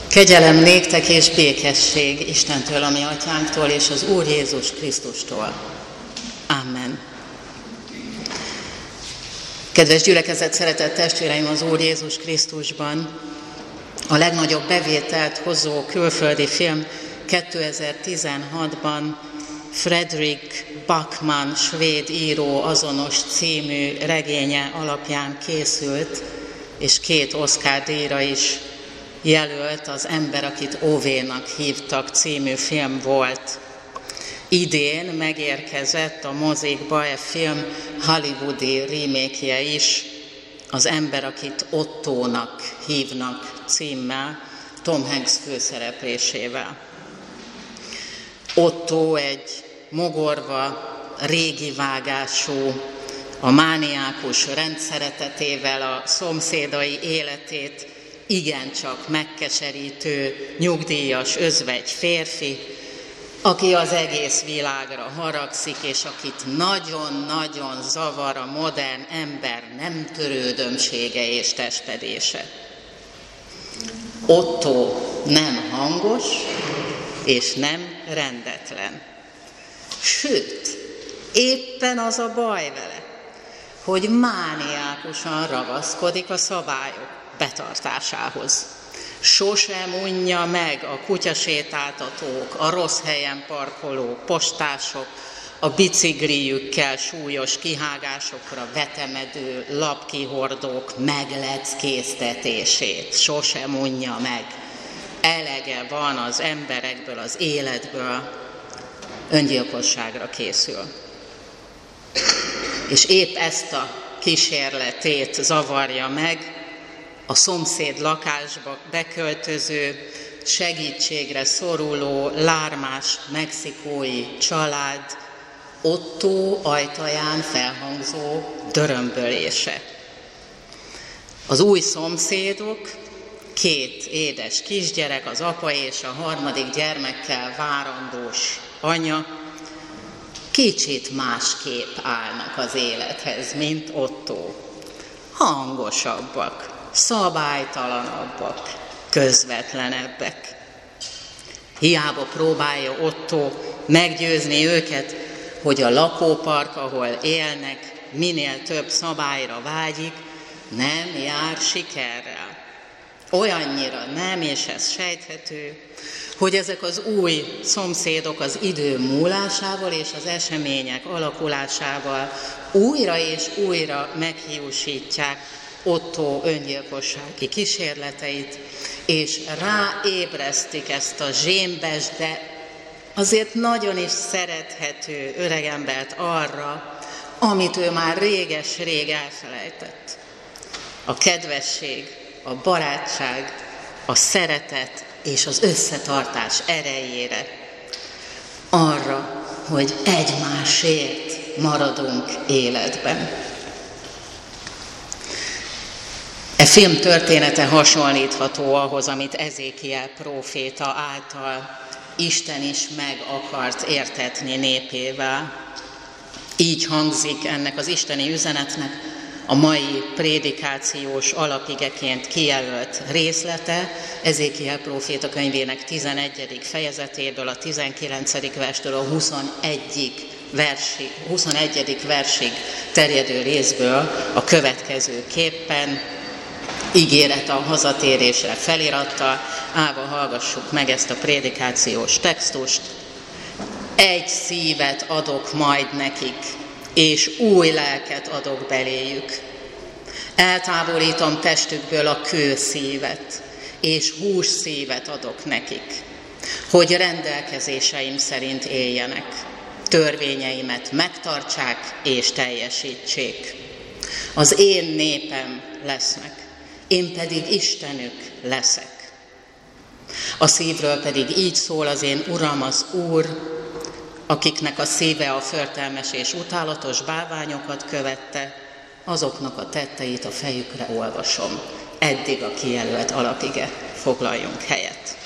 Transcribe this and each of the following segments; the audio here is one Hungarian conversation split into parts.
Kegyelem néktek és békesség Istentől, a mi atyánktól, és az Úr Jézus Krisztustól. Amen. Kedves gyülekezet, szeretett testvéreim az Úr Jézus Krisztusban, a legnagyobb bevételt hozó külföldi film 2016-ban Fredrik Backman svéd író azonos című regénye alapján készült, és 2 Oscar-díjra is jelölt, Az ember, akit Óvénak hívtak című film volt. Idén megérkezett a mozikba e film hollywoodi remake-je is, Az ember, akit Ottónak hívnak címmel, Tom Hanks főszereplésével. Otto egy mogorva, régi vágású, a mániákus rendszeretetével a szomszédai életét igencsak megkeserítő, nyugdíjas özvegy férfi, aki az egész világra haragszik, és akit nagyon-nagyon zavar a modern ember nem törődömsége és testedése. Otto nem hangos, és nem rendetlen. Sőt, éppen az a baj vele, hogy mániákusan ragaszkodik a szabályok betartásához. Sosem unja meg a kutyasétáltatók, a rossz helyen parkoló postások, a biciklijükkel súlyos kihágásokra vetemedő lapkihordók megleckéztetését. Sosem unja meg. Elege van az emberekből, az életből, öngyilkosságra készül. És épp ezt a kísérletét zavarja meg a szomszéd lakásba beköltöző, segítségre szoruló, lármás mexikói család Otto ajtaján felhangzó dörömbölése. Az új szomszédok, 2 édes kisgyerek, az apa és a 3. gyermekkel várandós anya kicsit másképp állnak az élethez, mint Otto. Hangosabbak, szabálytalanabbak, közvetlenebbek. Hiába próbálja Otto meggyőzni őket, hogy a lakópark, ahol élnek, minél több szabályra vágyik, nem jár sikerrel. Olyannyira nem, és ez sejthető, hogy ezek az új szomszédok az idő múlásával és az események alakulásával újra és újra meghiúsítják Otto öngyilkossági kísérleteit, és ráébresztik ezt a zsémbes, de azért nagyon is szerethető öregembert arra, amit ő már réges-rég elfelejtett. A kedvesség, a barátság, a szeretet és az összetartás erejére, arra, hogy egymásért maradunk életben. E film története hasonlítható ahhoz, amit Ezékiel próféta által Isten is meg akart értetni népével. Így hangzik ennek az isteni üzenetnek a mai prédikációs alapigeként kijelölt részlete, Ezékiel próféta könyvének 11. fejezetéből, a 19. verstől a 21. versig terjedő részből a következőképpen: ígéret a hazatérésre felirattal. Állva hallgassuk meg ezt a prédikációs textust. Egy szívet adok majd nekik, és új lelket adok beléjük. Eltávolítom testükből a kőszívet, és hússzívet adok nekik, hogy rendelkezéseim szerint éljenek, törvényeimet megtartsák és teljesítsék. Az én népem lesznek, én pedig Istenük leszek. A szívről pedig így szól az én Uram, az Úr, akiknek a szíve a förtelmes és utálatos bálványokat követte, azoknak a tetteit a fejükre olvasom. Eddig a kijelölt alapige. Foglaljunk helyet.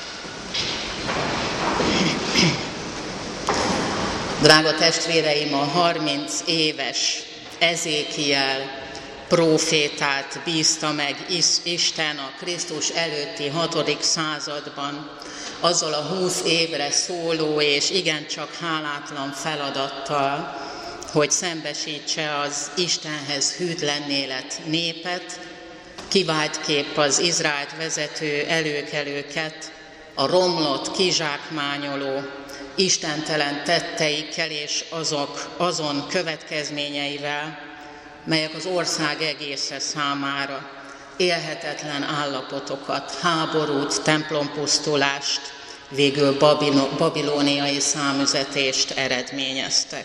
Drága testvéreim, a 30 éves Ezékiel prófétát bízta meg Isten a Krisztus előtti 6. században, azzal a 20 évre szóló és igencsak hálátlan feladattal, hogy szembesítse az Istenhez hűtlenné lett népet, kiváltképp az Izraelt vezető előkelőket a romlott, kizsákmányoló, istentelen tetteikkel és azon következményeivel, melyek az ország egésze számára élhetetlen állapotokat, háborút, templompusztulást, végül babilóniai számüzetést eredményeztek.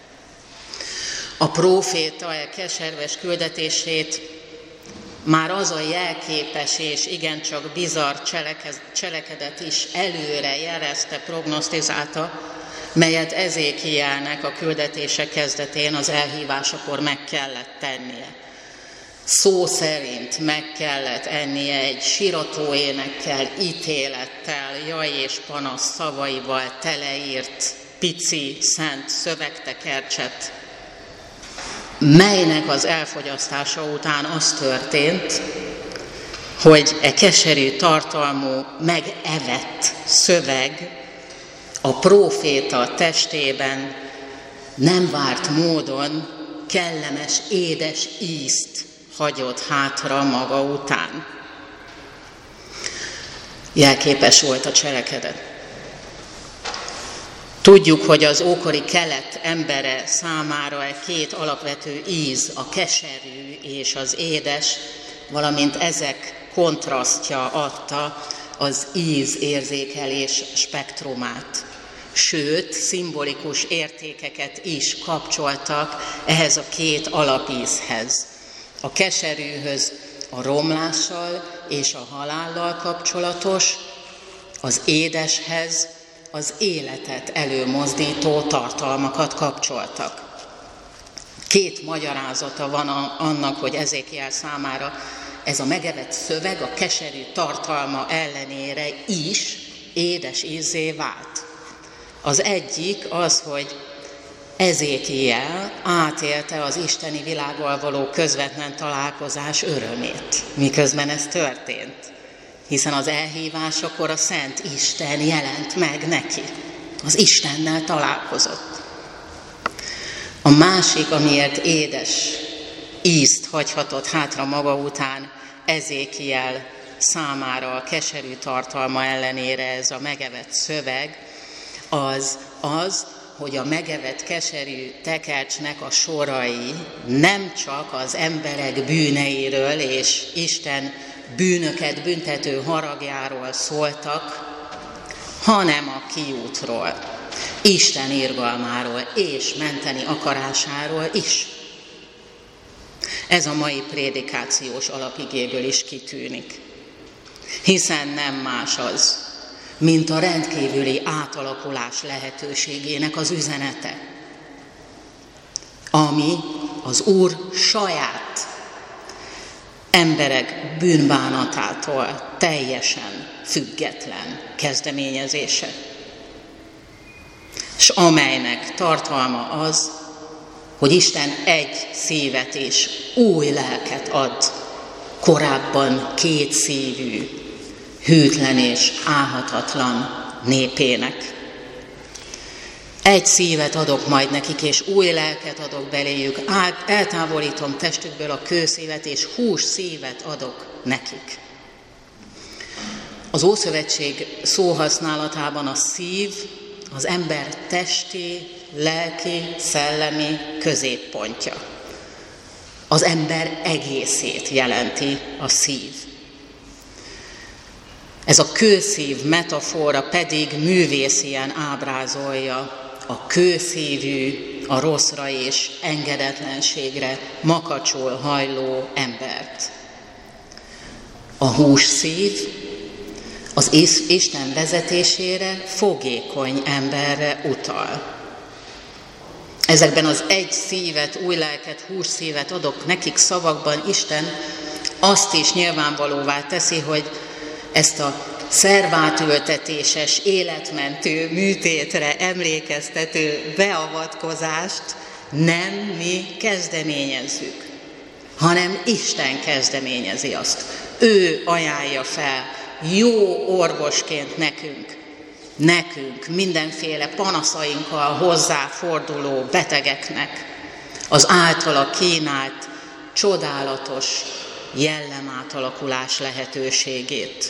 A próféta keserves küldetését már az a jelképes és igencsak bizarr cselekedet is előre jelezte, prognosztizálta, melyet Ezékielnek a küldetése kezdetén az elhívásakor meg kellett tennie. Szó szerint meg kellett ennie egy sirató énekkel, ítélettel, jaj és panasz szavaival teleírt pici, szent szövegtekercset, melynek az elfogyasztása után az történt, hogy e keserű tartalmú, megevett szöveg a próféta testében nem várt módon kellemes, édes ízt hagyott hátra maga után. Jelképes volt a cselekedet. Tudjuk, hogy az ókori kelet embere számára egy két alapvető íz, a keserű és az édes, valamint ezek kontrasztja adta az ízérzékelés spektrumát. Sőt, szimbolikus értékeket is kapcsoltak ehhez a két alapízhez. A keserűhöz a romlással és a halállal kapcsolatos, az édeshez az életet előmozdító tartalmakat kapcsoltak. Két magyarázata van annak, hogy Ezékiel számára ez a megevett szöveg a keserű tartalma ellenére is édes ízzé vált. Az egyik az, hogy Ezékiel átélte az isteni világgal való közvetlen találkozás örömét, miközben ez történt. Hiszen az elhívásakor a Szent Isten jelent meg neki. Az Istennel találkozott. A másik, amiért édes ízt hagyhatott hátra maga után Ezékiel számára a keserű tartalma ellenére ez a megevett szöveg, az, hogy a megevett keserű tekercsnek a sorai nem csak az emberek bűneiről és Isten bűnöket büntető haragjáról szóltak, hanem a kiútról, Isten irgalmáról és menteni akarásáról is. Ez a mai prédikációs alapigéből is kitűnik, hiszen nem más az, mint a rendkívüli átalakulás lehetőségének az üzenete, ami az Úr saját emberek bűnbánatától teljesen független kezdeményezése, és amelynek tartalma az, hogy Isten egy szívet és új lelket ad korábban kétszívű, hűtlen és álhatatlan népének. Egy szívet adok majd nekik, és új lelket adok beléjük, eltávolítom testükből a kőszívet, és hús szívet adok nekik. Az Ószövetség szóhasználatában a szív az ember testi, lelki, szellemi középpontja. Az ember egészét jelenti a szív. Ez a kőszív metafora pedig művészien ábrázolja a kőszívű, a rosszra és engedetlenségre makacsul hajló embert. A hússzív az Isten vezetésére fogékony emberre utal. Ezekben az egy szívet, új lelket, hússzívet adok nekik szavakban Isten azt is nyilvánvalóvá teszi, hogy ezt a szervátültetéses, életmentő műtétre emlékeztető beavatkozást nem mi kezdeményezzük, hanem Isten kezdeményezi azt. Ő ajánlja fel jó orvosként nekünk mindenféle panaszainkkal hozzáforduló betegeknek az általa kínált csodálatos jellemátalakulás lehetőségét.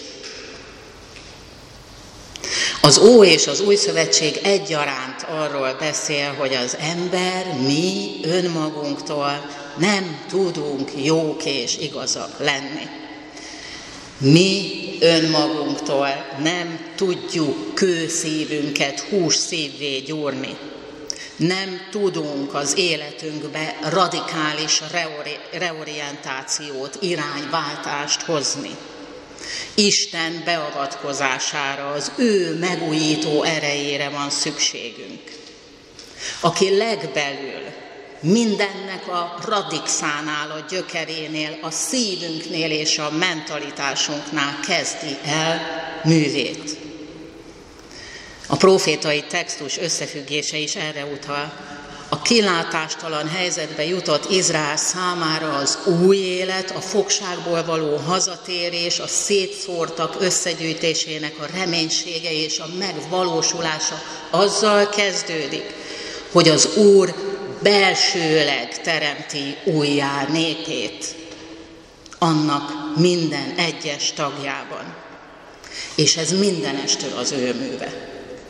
Az Ó és az Új Szövetség egyaránt arról beszél, hogy az ember, mi önmagunktól nem tudunk jók és igazak lenni. Mi önmagunktól nem tudjuk kőszívünket hússzívvé gyúrni. Nem tudunk az életünkbe radikális reorientációt, irányváltást hozni. Isten beavatkozására, az ő megújító erejére van szükségünk. Aki legbelül mindennek a radixánál, a gyökerénél, a szívünknél és a mentalitásunknál kezdi el művét. A profétai textus összefüggése is erre utal. A kilátástalan helyzetbe jutott Izrael számára az új élet, a fogságból való hazatérés, a szétszórtak összegyűjtésének a reménysége és a megvalósulása azzal kezdődik, hogy az Úr belsőleg teremti újjá népét, annak minden egyes tagjában. És ez mindenestől az ő műve.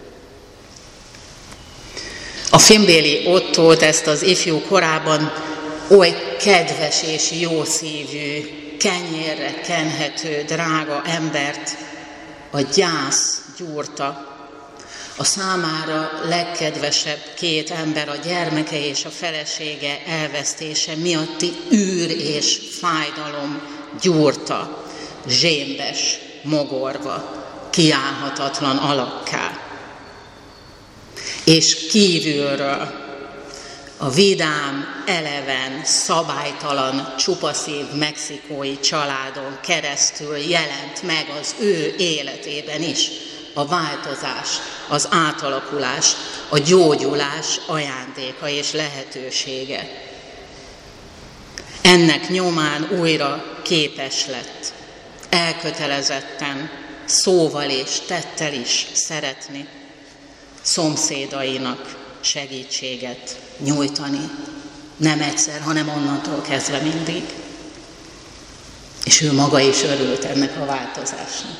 A filmbéli Ottót, ezt az ifjú korában oly kedves és jószívű, kenyérre kenhető, drága embert a gyász gyúrta. A számára legkedvesebb két ember, a gyermeke és a felesége elvesztése miatti űr és fájdalom gyúrta, zsémbes, mogorva, kiállhatatlan alakká. És kívülről a vidám, eleven, szabálytalan, csupaszív mexikói családon keresztül jelent meg az ő életében is a változás, az átalakulás, a gyógyulás ajándéka és lehetősége. Ennek nyomán újra képes lett elkötelezetten, szóval és tettel is szeretni, szomszédainak segítséget nyújtani. Nem egyszer, hanem onnantól kezdve mindig. És ő maga is örült ennek a változásnak.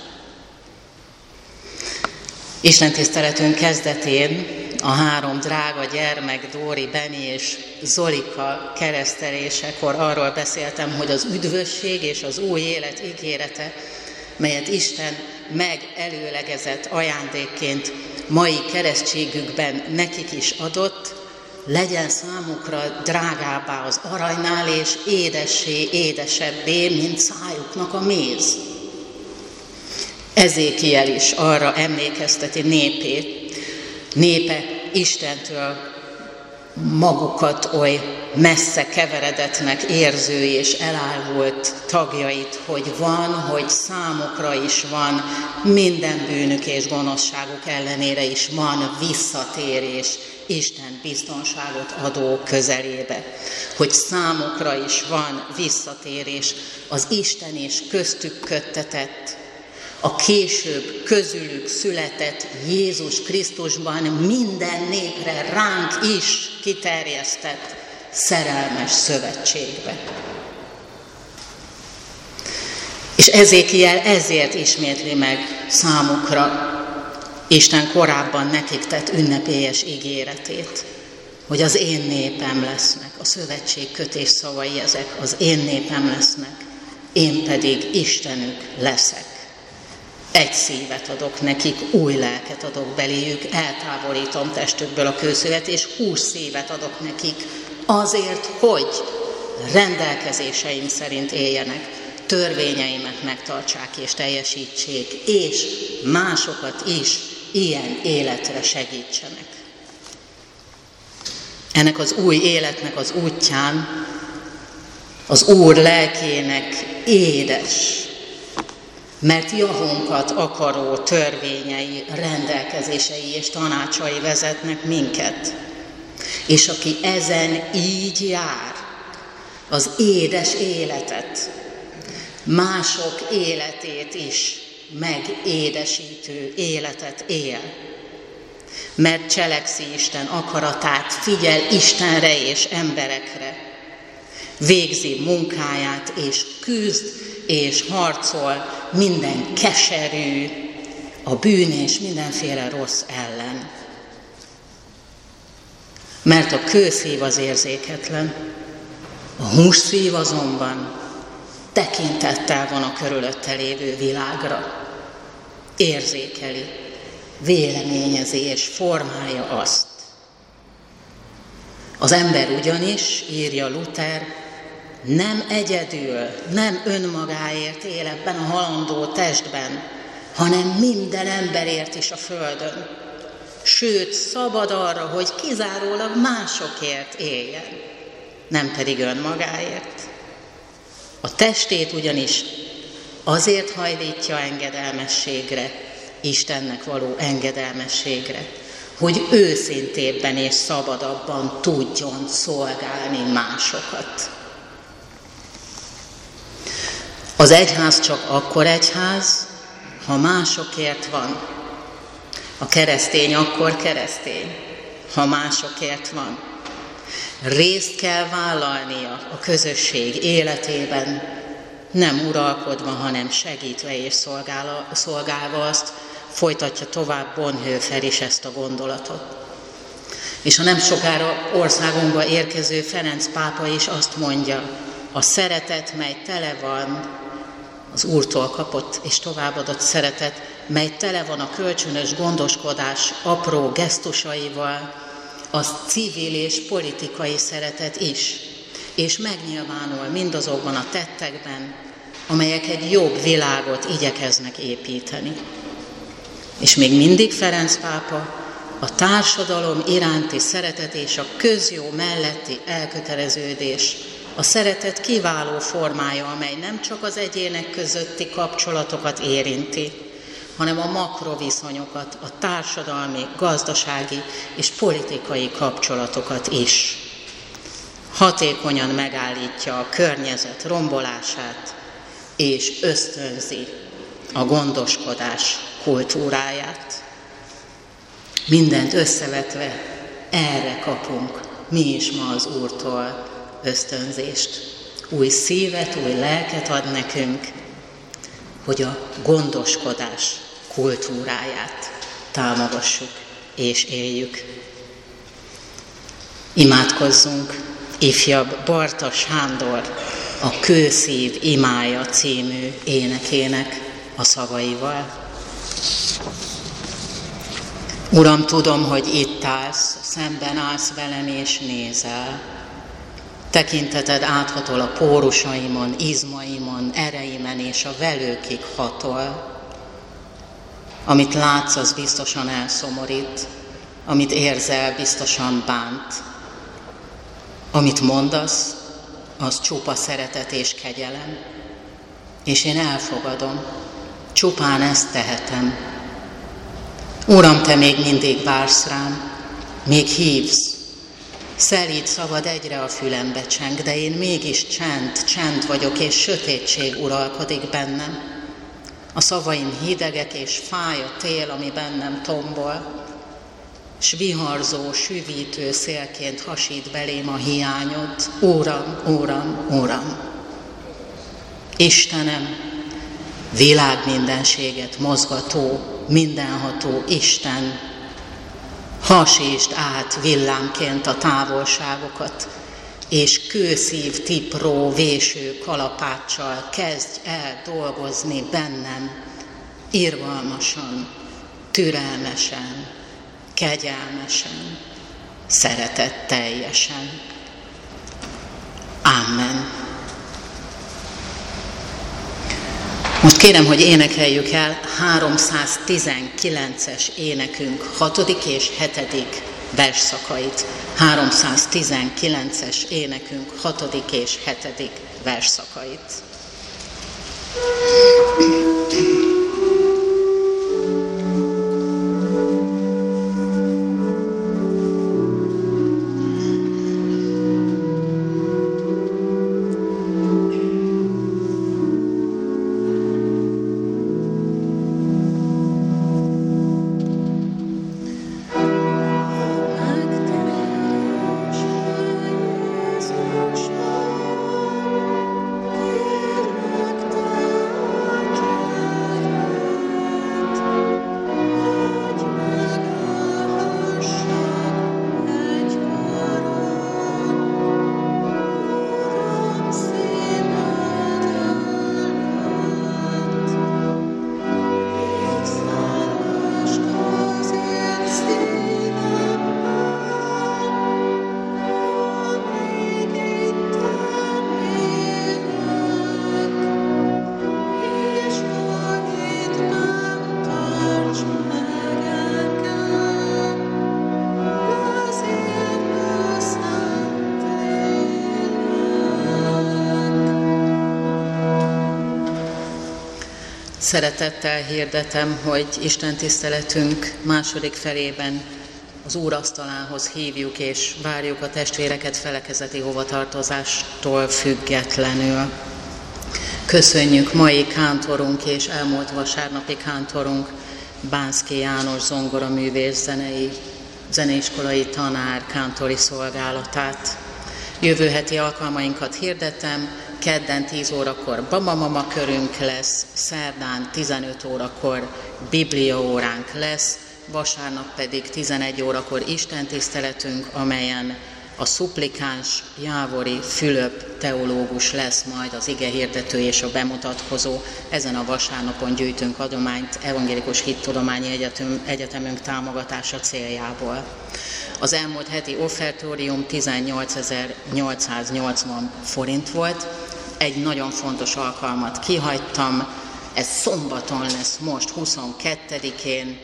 Isten tiszteletünk kezdetén a három drága gyermek, Dóri, Beni és Zolika keresztelésekor arról beszéltem, hogy az üdvösség és az új élet ígérete, melyet Isten megelőlegezett ajándékként mai keresztségükben nekik is adott, legyen számukra drágábbá az aranynál és édessé, édesebbé, mint szájuknak a méz. Ezékiel is arra emlékezteti népe Istentől magukat oly messze keveredetnek érző és elájult tagjait, hogy számukra is van, minden bűnük és gonoszságuk ellenére is van visszatérés Isten biztonságot adó közelébe. Hogy számukra is van visszatérés az Isten és köztük köttetett, a később közülük született Jézus Krisztusban minden népre, ránk is kiterjesztett szerelmes szövetségbe. És Ezékiel ezért ismétli meg számukra Isten korábban nekik tett ünnepélyes ígéretét, hogy az én népem lesznek, a szövetség kötés szavai ezek, az én népem lesznek, én pedig Istenük leszek. Egy szívet adok nekik, új lelket adok beléjük, eltávolítom testükből a kőszövet, és 20 szívet adok nekik, azért, hogy rendelkezéseim szerint éljenek, törvényeimet megtartsák és teljesítsék, és másokat is ilyen életre segítsenek. Ennek az új életnek az útján az Úr lelkének édes, mert javunkat akaró törvényei, rendelkezései és tanácsai vezetnek minket. És aki ezen így jár, az édes életet, mások életét is megédesítő életet él. Mert cselekszi Isten akaratát, figyel Istenre és emberekre, végzi munkáját és küzd és harcol minden keserű, a bűn és mindenféle rossz ellen. Mert a kőszív az érzéketlen, a hússzív azonban tekintettel van a körülötte lévő világra. Érzékeli, véleményezi és formálja azt. Az ember ugyanis, írja Luther, nem egyedül, nem önmagáért él ebben a halandó testben, hanem minden emberért is a földön. Sőt, szabad arra, hogy kizárólag másokért éljen, nem pedig önmagáért. A testét ugyanis azért hajlítja engedelmességre, Istennek való engedelmességre, hogy őszintébben és szabadabban tudjon szolgálni másokat. Az egyház csak akkor egyház, ha másokért van. A keresztény akkor keresztény, ha másokért van. Részt kell vállalnia a közösség életében, nem uralkodva, hanem segítve és szolgálva azt, folytatja tovább Bonhoeffer is ezt a gondolatot. És a nem sokára országunkba érkező Ferenc pápa is azt mondja, a szeretet, mely tele van, az Úrtól kapott és továbbadott szeretet, mely tele van a kölcsönös gondoskodás apró gesztusaival, az civil és politikai szeretet is, és megnyilvánul mindazokban a tettekben, amelyek egy jobb világot igyekeznek építeni. És még mindig Ferenc pápa a társadalom iránti szeretet és a közjó melletti elköteleződés, a szeretet kiváló formája, amely nem csak az egyének közötti kapcsolatokat érinti, hanem a makroviszonyokat, a társadalmi, gazdasági és politikai kapcsolatokat is. Hatékonyan megállítja a környezet rombolását, és ösztönzi a gondoskodás kultúráját. Mindent összevetve erre kapunk mi is ma az Úrtól ösztönzést. Új szívet, új lelket ad nekünk, hogy a gondoskodás kultúráját támogassuk és éljük. Imádkozzunk ifjabb Barta Sándor a Kőszív imája című énekének a szavaival. Uram, tudom, hogy itt állsz, szemben állsz velem és nézel. Tekinteted áthatol a pórusaimon, izmaimon, ereimen és a velőkig hatol. Amit látsz, az biztosan elszomorít, amit érzel, biztosan bánt. Amit mondasz, az csupa szeretet és kegyelem, és én elfogadom, csupán ezt tehetem. Uram, te még mindig vársz rám, még hívsz. Szelíd szavad egyre a fülembe cseng, de én mégis csend vagyok, és sötétség uralkodik bennem. A szavaim hidegek, és fáj a tél, ami bennem tombol, s viharzó, süvítő szélként hasít belém a hiányod. Uram, Uram, Uram! Istenem, világmindenséget mozgató, mindenható Isten, hasítsd át villámként a távolságokat, és kőszív, tipró, véső kalapáccsal kezdj el dolgozni bennem, irgalmasan, türelmesen, kegyelmesen, szeretetteljesen. Amen. Most kérem, hogy énekeljük el 319-es énekünk 6. és 7. versszakait. 319-es énekünk 6. és 7. versszakait. Szeretettel hirdetem, hogy Isten tiszteletünk második felében az Úr asztalához hívjuk és várjuk a testvéreket felekezeti hovatartozástól függetlenül. Köszönjük mai kántorunk és elmúlt vasárnapi kántorunk, Bánszky János zongoraművész zeneiskolai tanár kántori szolgálatát. Jövő heti alkalmainkat hirdetem, kedden 10 órakor babamama körünk lesz, szerdán 15 órakor bibliaóránk lesz, vasárnap pedig 11 órakor istentiszteletünk, amelyen a szupplikáns Jávori Fülöp teológus lesz majd az igehirdető és a bemutatkozó. Ezen a vasárnapon gyűjtünk adományt Evangélikus Hittudományi Egyetemünk támogatása céljából. Az elmúlt heti offertórium 18.880 forint volt. Egy nagyon fontos alkalmat kihagytam, ez szombaton lesz most, 22-én,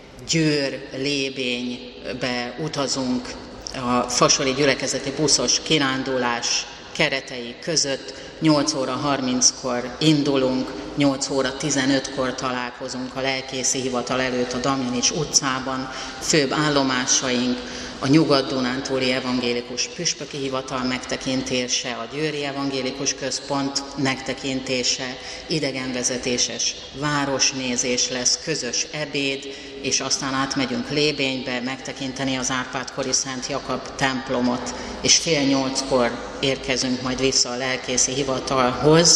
Győr-Lébénybe utazunk a fasori gyülekezeti buszos kirándulás keretei között. 8 óra 30-kor indulunk, 8 óra 15-kor találkozunk a lelkészi hivatal előtt a Damjanics utcában. Főbb állomásaink a Nyugat-Dunántúli Evangélikus Püspöki Hivatal megtekintése, a Győri Evangélikus Központ megtekintése, idegenvezetéses városnézés lesz, közös ebéd, és aztán átmegyünk Lébénybe megtekinteni az Árpád-kori Szent Jakab templomot, és 7:30-kor érkezünk majd vissza a lelkészi hivatalhoz.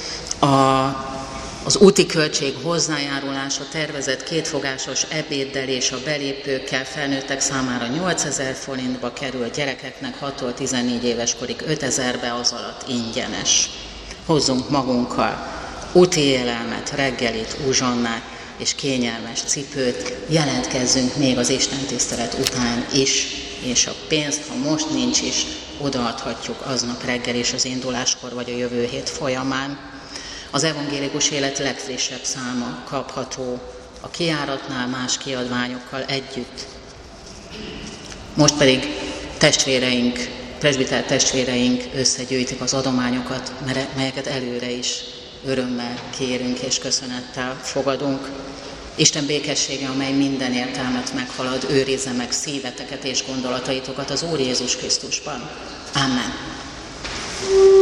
Az úti költség hozzájárulása tervezett kétfogásos ebéddel és a belépőkkel felnőttek számára 8000 forintba kerül, gyerekeknek 6-tól 14 éves korig 5000-be, az alatt ingyenes. Hozzunk magunkkal úti élelmet, reggelit, uzsonnát és kényelmes cipőt, jelentkezzünk még az istentisztelet után is, és a pénzt, ha most nincs is, odaadhatjuk aznap reggel és az induláskor vagy a jövő hét folyamán. Az evangélikus élet legfrissebb száma kapható a kijáratnál más kiadványokkal együtt. Most pedig presbiter testvéreink összegyűjtik az adományokat, melyeket előre is örömmel kérünk és köszönettel fogadunk. Isten békessége, amely minden értelmet meghalad, őrizze meg szíveteket és gondolataitokat az Úr Jézus Krisztusban. Amen.